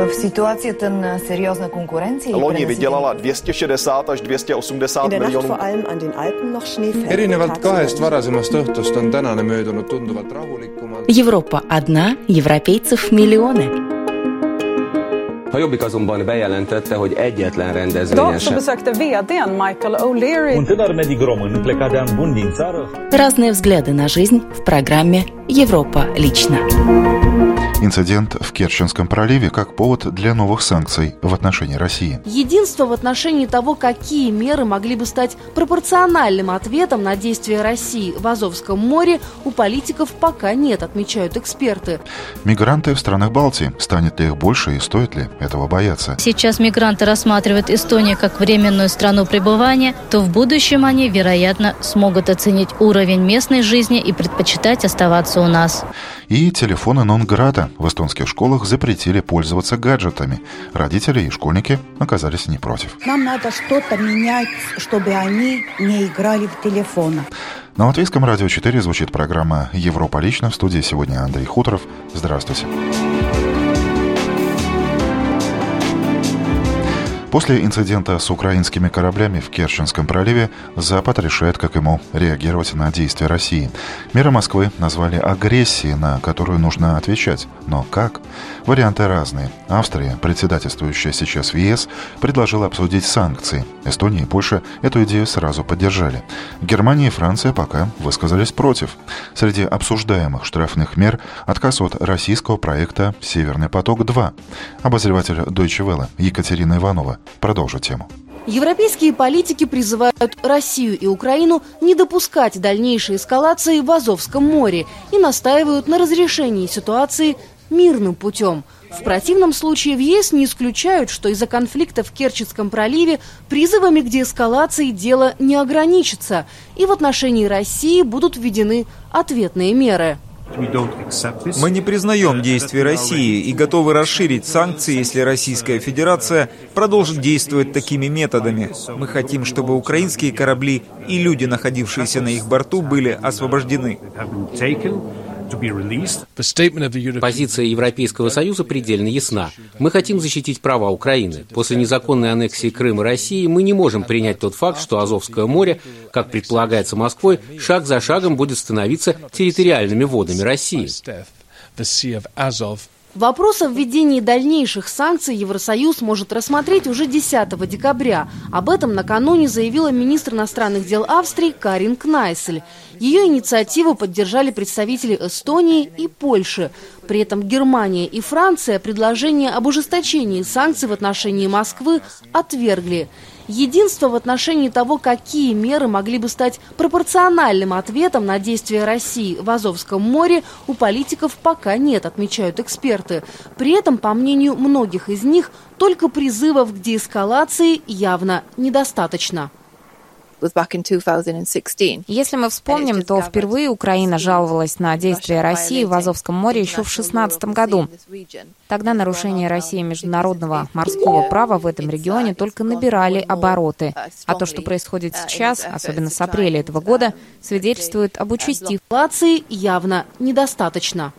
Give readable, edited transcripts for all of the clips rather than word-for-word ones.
В ситуации ten серьезной конкуренции. Loni vydělala 260 až 280 miljonů. Erinevalt kahest varasemast õhtust on tänane möödunud tunduvalt rahulikumalt. Европа одна, европейцев миллионы. A Jobbik azonban bejelentette, hogy egyetlen rendezvényen besökte VD:n Michael O'Leary. Разные взгляды на жизнь в программе «Европа лично». Инцидент в Керченском проливе как повод для новых санкций в отношении России. Единство в отношении того, какие меры могли бы стать пропорциональным ответом на действия России в Азовском море, у политиков пока нет, отмечают эксперты. Мигранты в странах Балтии. Станет ли их больше и стоит ли этого бояться? Сейчас мигранты рассматривают Эстонию как временную страну пребывания, то в будущем они, вероятно, смогут оценить уровень местной жизни и предпочитать оставаться у нас. И телефоны нон-грата. В эстонских школах запретили пользоваться гаджетами. Родители и школьники оказались не против. Нам надо что-то менять, чтобы они не играли в телефонах. На Латвийском радио 4 звучит программа «Европа лично». В студии сегодня Андрей Хуторов. Здравствуйте. После инцидента с украинскими кораблями в Керченском проливе Запад решает, как ему реагировать на действия России. Меры Москвы назвали агрессией, на которую нужно отвечать. Но как? Варианты разные. Австрия, председательствующая сейчас в ЕС, предложила обсудить санкции. Эстония и Польша эту идею сразу поддержали. Германия и Франция пока высказались против. Среди обсуждаемых штрафных мер отказ от российского проекта «Северный поток-2». Обозреватель Deutsche Welle Екатерина Иванова продолжит тему. Европейские политики призывают Россию и Украину не допускать дальнейшей эскалации в Азовском море и настаивают на разрешении ситуации мирным путем. В противном случае в ЕС не исключают, что из-за конфликта в Керченском проливе призывами к деэскалации дело не ограничится, и в отношении России будут введены ответные меры. Мы не признаем действия России и готовы расширить санкции, если Российская Федерация продолжит действовать такими методами. Мы хотим, чтобы украинские корабли и люди, находившиеся на их борту, были освобождены. Позиция Европейского Союза предельно ясна. Мы хотим защитить права Украины. После незаконной аннексии Крыма России мы не можем принять тот факт, что Азовское море, как предполагается Москвой, шаг за шагом будет становиться территориальными водами России. Вопрос о введении дальнейших санкций Евросоюз может рассмотреть уже 10 декабря. Об этом накануне заявила министр иностранных дел Австрии Карин Кнайсель. Ее инициативу поддержали представители Эстонии и Польши. При этом Германия и Франция предложение об ужесточении санкций в отношении Москвы отвергли. Единство в отношении того, какие меры могли бы стать пропорциональным ответом на действия России в Азовском море, у политиков пока нет, отмечают эксперты. При этом, по мнению многих из них, только призывов к деэскалации явно недостаточно. Если мы вспомним, то впервые Украина жаловалась на действия России в Азовском море еще в 2016 году. Тогда нарушения России международного морского права в этом регионе только набирали обороты. А то, что происходит сейчас, особенно с апреля этого года, свидетельствует об участившей явно недостаточно.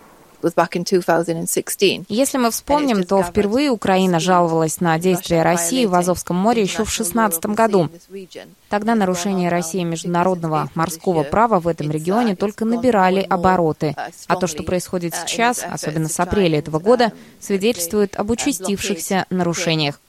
Если мы вспомним, то впервые Украина жаловалась на действия России в Азовском море еще в 2016 году. Тогда нарушения России международного морского права в этом регионе только набирали обороты. А то, что происходит сейчас, особенно с апреля этого года, свидетельствует об участившихся нарушениях.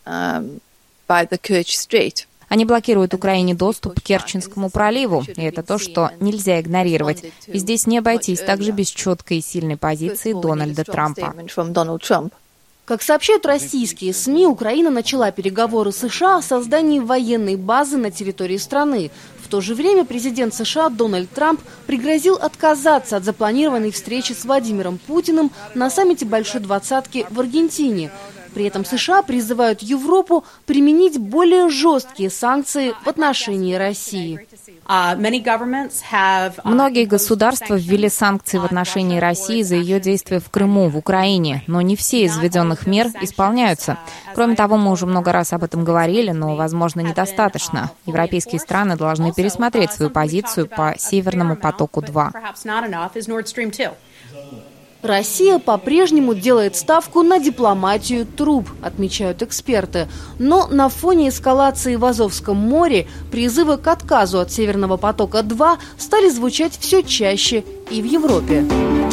Они блокируют Украине доступ к Керченскому проливу, и это то, что нельзя игнорировать. И здесь не обойтись также без четкой и сильной позиции Дональда Трампа. Как сообщают российские СМИ, Украина начала переговоры с США о создании военной базы на территории страны. В то же время президент США Дональд Трамп пригрозил отказаться от запланированной встречи с Владимиром Путиным на саммите Большой Двадцатки в Аргентине. При этом США призывают Европу применить более жесткие санкции в отношении России. Многие государства ввели санкции в отношении России за ее действия в Крыму, в Украине, но не все из введенных мер исполняются. Кроме того, мы уже много раз об этом говорили, но, возможно, недостаточно. Европейские страны должны пересмотреть свою позицию по «Северному потоку-2». Россия по-прежнему делает ставку на дипломатию труб, отмечают эксперты. Но на фоне эскалации в Азовском море призывы к отказу от «Северного потока-2» стали звучать все чаще и в Европе.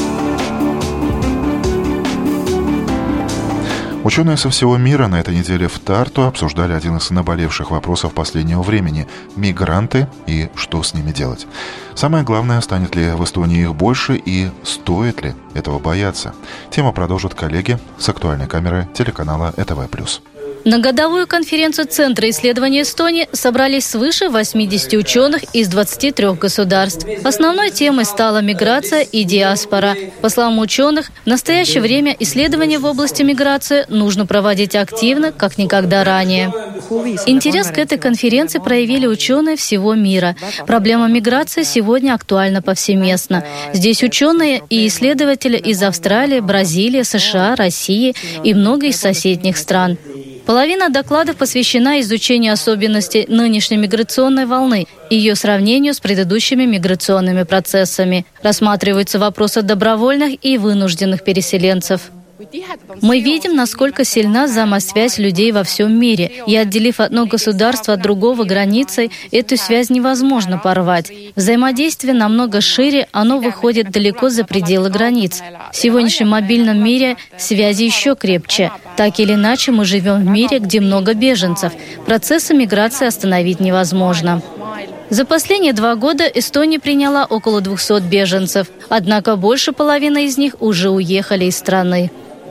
Ученые со всего мира на этой неделе в Тарту обсуждали один из наболевших вопросов последнего времени – мигранты и что с ними делать. Самое главное, станет ли в Эстонии их больше и стоит ли этого бояться. Тему продолжат коллеги с актуальной камеры телеканала ЭТВ+. На годовую конференцию Центра исследований Эстонии собрались свыше 80 ученых из 23 государств. Основной темой стала миграция и диаспора. По словам ученых, в настоящее время исследования в области миграции нужно проводить активно, как никогда ранее. Интерес к этой конференции проявили ученые всего мира. Проблема миграции сегодня актуальна повсеместно. Здесь ученые и исследователи из Австралии, Бразилии, США, России и много из соседних стран. Половина докладов посвящена изучению особенностей нынешней миграционной волны и ее сравнению с предыдущими миграционными процессами. Рассматриваются вопросы добровольных и вынужденных переселенцев. Мы видим, насколько сильна взаимосвязь людей во всем мире, и отделив одно государство от другого границей, эту связь невозможно порвать. Взаимодействие намного шире, оно выходит далеко за пределы границ. В сегодняшнем мобильном мире связи еще крепче. Так или иначе, мы живем в мире, где много беженцев. Процессы миграции остановить невозможно. За последние 2 года Эстония приняла около 200 беженцев, однако больше половины из них уже уехали из страны.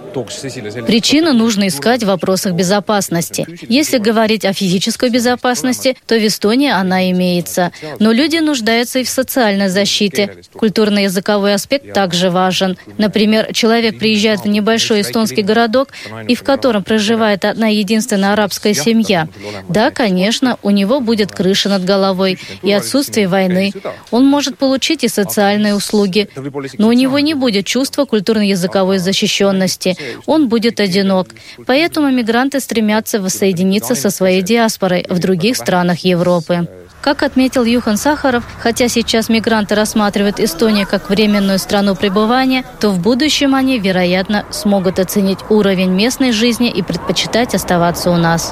Причину нужно искать в вопросах безопасности. Если говорить о физической безопасности, то в Эстонии она имеется. Но люди нуждаются и в социальной защите. Культурно-языковой аспект также важен. Например, человек приезжает в небольшой эстонский городок, и в котором проживает одна единственная арабская семья. Да, конечно, у него будет крыша над головой и отсутствие войны. Он может получить и социальные услуги, но у него не будет чувства культурно-языковой защищенности. Он будет одинок. Поэтому мигранты стремятся воссоединиться со своей диаспорой в других странах Европы. Как отметил Юхан Сахаров, хотя сейчас мигранты рассматривают Эстонию как временную страну пребывания, то в будущем они, вероятно, смогут оценить уровень местной жизни и предпочитать оставаться у нас.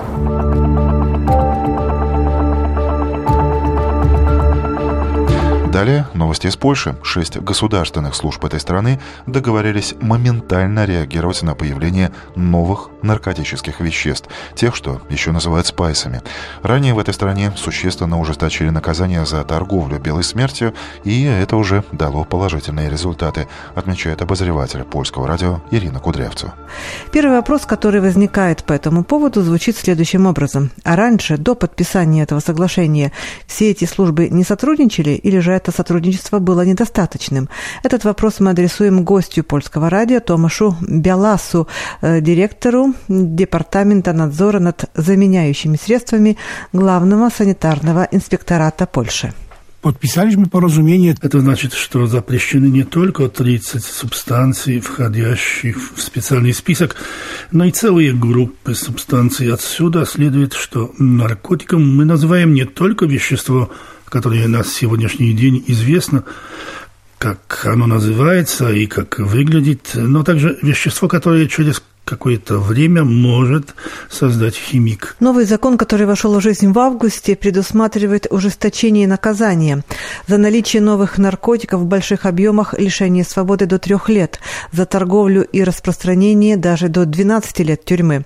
Далее новости из Польши. 6 государственных служб этой страны договорились моментально реагировать на появление новых наркотических веществ, тех, что еще называют спайсами. Ранее в этой стране существенно ужесточили наказания за торговлю белой смертью, и это уже дало положительные результаты, отмечает обозреватель польского радио Ирина Кудрявцева. Первый вопрос, который возникает по этому поводу, звучит следующим образом. А раньше, до подписания этого соглашения, все эти службы не сотрудничали или же это сотрудничество было недостаточным? Этот вопрос мы адресуем гостю польского радио Томашу Бяласу, директору Департамента надзора над заменяющими средствами Главного санитарного инспектората Польши. Подписaliśmy porozumienie. Это значит, что запрещены не только 30 субстанций, входящих в специальный список, но и целые группы субстанций. Отсюда следует, что наркотиком мы называем не только вещество, которое на сегодняшний день известно, как оно называется и как выглядит, но также вещество, которое через какое-то время может создать химик. Новый закон, который вошел в жизнь в августе, предусматривает ужесточение наказания за наличие новых наркотиков в больших объемах, лишение свободы до 3 лет, за торговлю и распространение даже до 12 лет тюрьмы.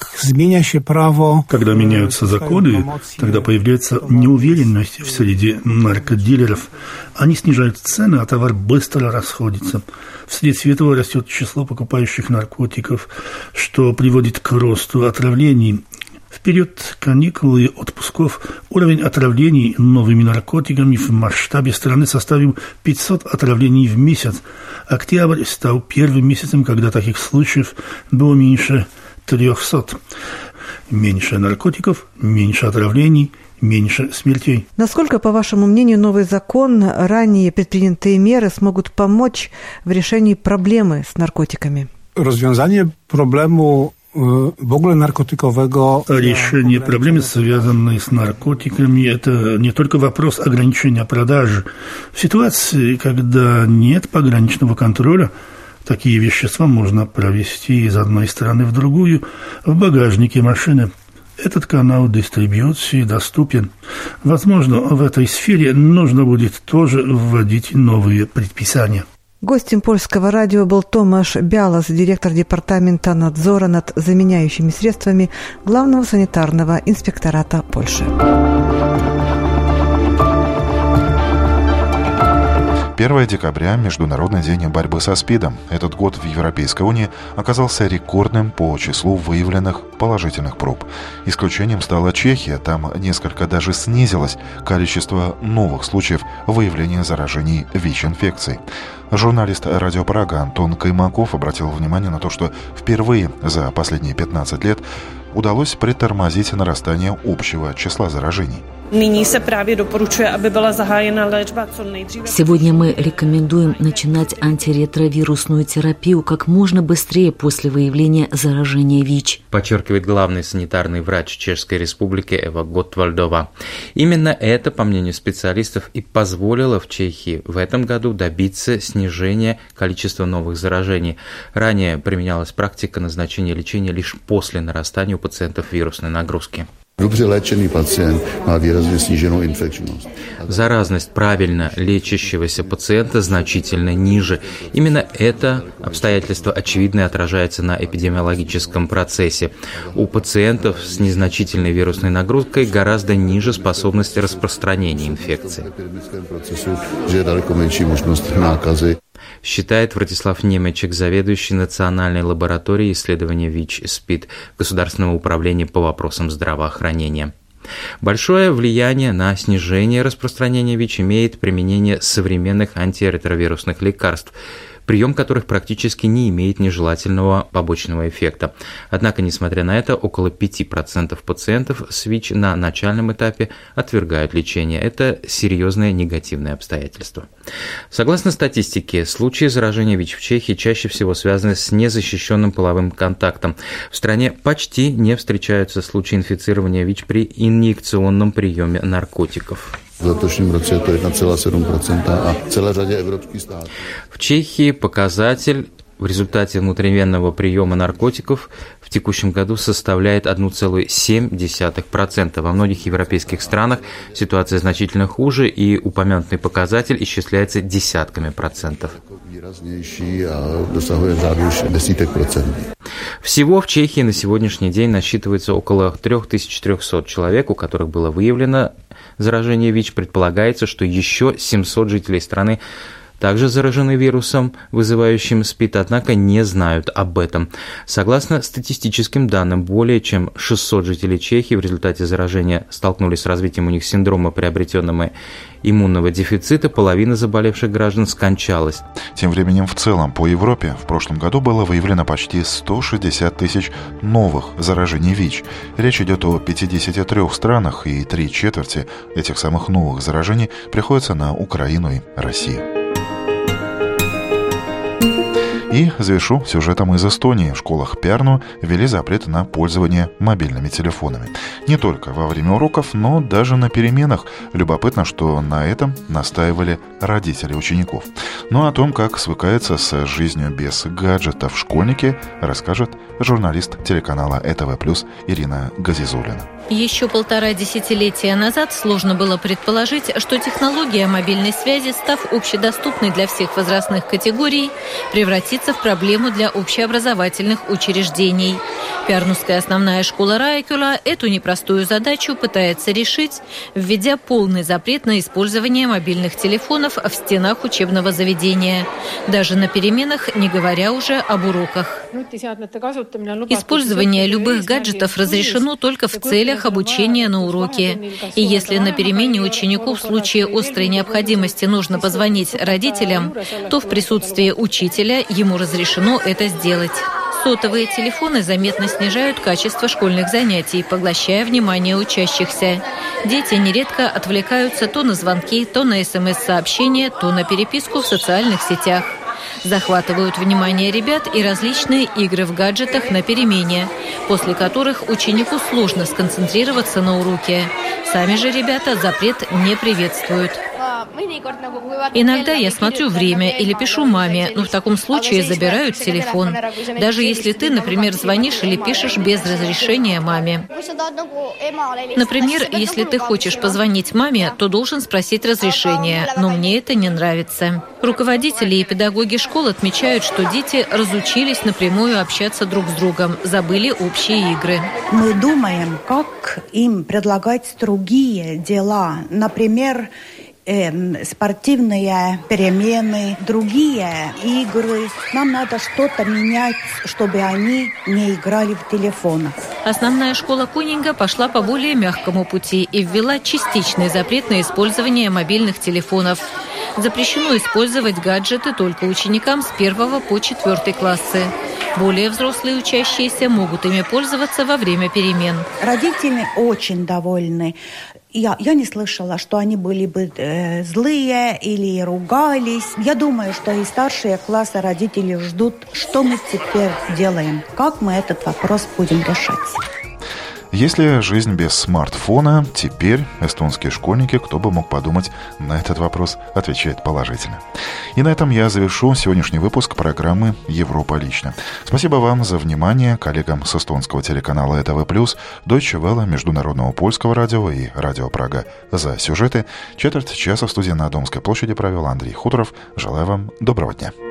Когда меняются законы, тогда появляется неуверенность в среде наркодилеров. Они снижают цены, а товар быстро расходится. Вследствие этого растет число покупающих наркотиков, что приводит к росту отравлений. В период каникул и отпусков уровень отравлений новыми наркотиками в масштабе страны составил 500 отравлений в месяц. Октябрь стал первым месяцем, когда таких случаев было меньше 300. Меньше наркотиков, меньше отравлений, меньше смертей. Насколько, по вашему мнению, новый закон, ранее предпринятые меры смогут помочь в решении проблемы с наркотиками? Rozwiązanie problemu w ogóle narkotykowego. Решение проблемы, связанной с наркотиками, это не только вопрос ограничения продажи. В ситуации, когда нет пограничного контроля, Такие вещества можно провести из одной страны в другую в багажнике машины. Этот канал дистрибьюции доступен. Возможно, в этой сфере нужно будет тоже вводить новые предписания. Гостем польского радио был Томаш Бялас, директор департамента надзора над заменяющими средствами Главного санитарного инспектората Польши. 1 декабря – Международный день борьбы со СПИДом. Этот год в Европейской Унии оказался рекордным по числу выявленных положительных проб. Исключением стала Чехия. Там несколько даже снизилось количество новых случаев выявления заражений ВИЧ-инфекцией. Журналист «Радио Прага» Антон Каймаков обратил внимание на то, что впервые за последние 15 лет удалось притормозить нарастание общего числа заражений. Сегодня мы рекомендуем начинать антиретровирусную терапию как можно быстрее после выявления заражения ВИЧ, подчеркивает главный санитарный врач Чешской Республики Эва Готвальдова. Именно это, по мнению специалистов, и позволило в Чехии в этом году добиться снижения количества новых заражений. Ранее применялась практика назначения лечения лишь после нарастания у пациентов вирусной нагрузки. Заразность правильно лечащегося пациента значительно ниже. Именно это обстоятельство очевидно отражается на эпидемиологическом процессе. У пациентов с незначительной вирусной нагрузкой гораздо ниже способность распространения инфекции, считает Владислав Немечек, заведующий Национальной лабораторией исследования ВИЧ-СПИД Государственного управления по вопросам здравоохранения. Большое влияние на снижение распространения ВИЧ имеет применение современных антиретровирусных лекарств, прием которых практически не имеет нежелательного побочного эффекта. Однако, несмотря на это, около 5% пациентов с ВИЧ на начальном этапе отвергают лечение. Это серьезное негативное обстоятельство. Согласно статистике, случаи заражения ВИЧ в Чехии чаще всего связаны с незащищенным половым контактом. В стране почти не встречаются случаи инфицирования ВИЧ при инъекционном приеме наркотиков. V letošním roce je to 1,7% a celé řadě evropských států. В Чехии показатель в результате внутривенного приема наркотиков в текущем году составляет 1,7%. Во многих европейских странах ситуация значительно хуже, и упомянутый показатель исчисляется десятками процентов. Всего в Чехии на сегодняшний день насчитывается около 3300 человек, у которых было выявлено заражение ВИЧ. Предполагается, что еще 700 жителей страны также заражены вирусом, вызывающим СПИД, однако не знают об этом. Согласно статистическим данным, более чем 600 жителей Чехии в результате заражения столкнулись с развитием у них синдрома приобретенного иммунного дефицита, половина заболевших граждан скончалась. Тем временем в целом по Европе в прошлом году было выявлено почти 160 тысяч новых заражений ВИЧ. Речь идет о 53 странах, и 3/4 этих самых новых заражений приходится на Украину и Россию. И завершу сюжетом из Эстонии. В школах Пярну ввели запрет на пользование мобильными телефонами. Не только во время уроков, но даже на переменах. Любопытно, что на этом настаивали родители учеников. Но о том, как свыкаются с жизнью без гаджетов школьники, расскажет журналист телеканала ЭТВ+, Ирина Газизуллина. Еще 1,5 десятилетия назад сложно было предположить, что технология мобильной связи, став общедоступной для всех возрастных категорий, превратится в проблему для общеобразовательных учреждений. Пярнуская основная школа Райкюла эту непростую задачу пытается решить, введя полный запрет на использование мобильных телефонов в стенах учебного заведения. Даже на переменах, не говоря уже об уроках. Использование любых гаджетов разрешено только в целях обучения на уроке. И если на перемене ученику в случае острой необходимости нужно позвонить родителям, то в присутствии учителя ему разрешено это сделать. Сотовые телефоны заметно снижают качество школьных занятий, поглощая внимание учащихся. Дети нередко отвлекаются то на звонки, то на СМС-сообщения, то на переписку в социальных сетях. Захватывают внимание ребят и различные игры в гаджетах на перемене, после которых ученику сложно сконцентрироваться на уроке. Сами же ребята запрет не приветствуют. Иногда я смотрю время или пишу маме, но в таком случае забирают телефон. Даже если ты, например, звонишь или пишешь без разрешения маме. Например, если ты хочешь позвонить маме, то должен спросить разрешение, но мне это не нравится. Руководители и педагоги школ отмечают, что дети разучились напрямую общаться друг с другом, забыли общие игры. Мы думаем, как им предлагать другие дела, например, спортивные перемены, другие игры. Нам надо что-то менять, чтобы они не играли в телефонах. Основная школа Кунинга пошла по более мягкому пути и ввела частичный запрет на использование мобильных телефонов. Запрещено использовать гаджеты только ученикам с 1 по 4 классы. Более взрослые учащиеся могут ими пользоваться во время перемен. Родители очень довольны. Я не слышала, что они были бы злые или ругались. Я думаю, что и старшие классы родители ждут, что мы теперь делаем, как мы этот вопрос будем решать. Если жизнь без смартфона, теперь эстонские школьники, кто бы мог подумать, на этот вопрос отвечают положительно. И на этом я завершу сегодняшний выпуск программы «Европа лично». Спасибо вам за внимание, коллегам с эстонского телеканала ЭТВ+, Deutsche Welle, Международного польского радио и Радио Прага за сюжеты. Четверть часа в студии на Домской площади провел Андрей Хуторов. Желаю вам доброго дня.